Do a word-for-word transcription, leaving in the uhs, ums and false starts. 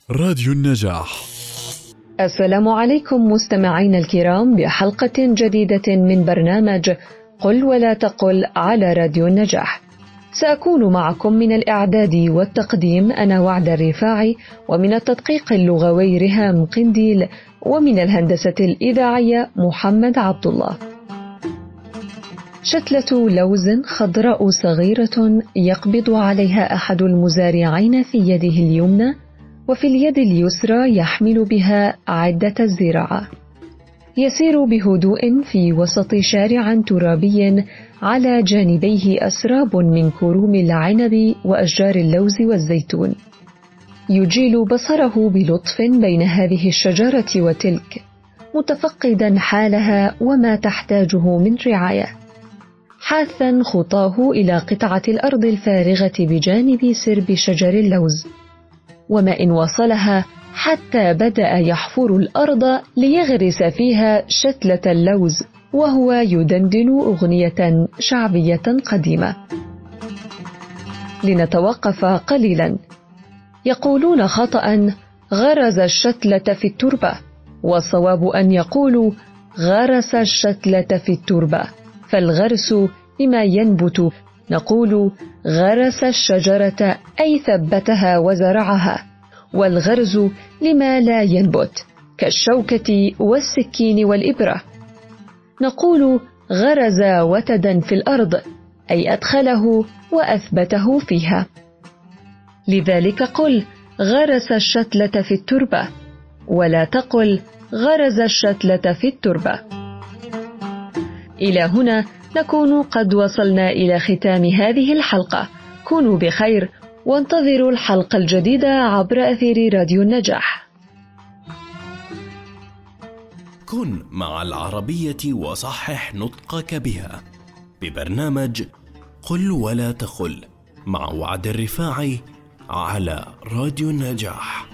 راديو النجاح. السلام عليكم مستمعين الكرام بحلقة جديدة من برنامج قل ولا تقل على راديو النجاح. سأكون معكم من الإعداد والتقديم أنا وعد الرفاعي، ومن التدقيق اللغوي ريهام قنديل، ومن الهندسة الإذاعية محمد عبد الله. شتلة لوز خضراء صغيرة يقبض عليها أحد المزارعين في يده اليمنى، وفي اليد اليسرى يحمل بها عدة الزراعة. يسير بهدوء في وسط شارع ترابي على جانبيه أسراب من كروم العنب وأشجار اللوز والزيتون. يجيل بصره بلطف بين هذه الشجرة وتلك، متفقدا حالها وما تحتاجه من رعاية، حاثا خطاه إلى قطعة الأرض الفارغة بجانب سرب شجر اللوز، وما إن وصلها حتى بدأ يحفر الأرض ليغرس فيها شتلة اللوز وهو يدندن أغنية شعبية قديمة. لنتوقف قليلا. يقولون خطأ غرز الشتلة في التربة، والصواب أن يقولوا غرس الشتلة في التربة، فالغرس لما ينبت، نقول غرس الشجرة أي ثبتها وزرعها، والغرز لما لا ينبت كالشوكة والسكين والإبرة، نقول غرز وتدا في الأرض أي أدخله وأثبته فيها. لذلك قل غرس الشتلة في التربة، ولا تقل غرز الشتلة في التربة. إلى هنا نكون قد وصلنا إلى ختام هذه الحلقة. كونوا بخير وانتظروا الحلقة الجديدة عبر أثير راديو النجاح. كن مع العربية وصحح نطقك بها ببرنامج قل ولا تقل مع وعد الرفاعي على راديو النجاح.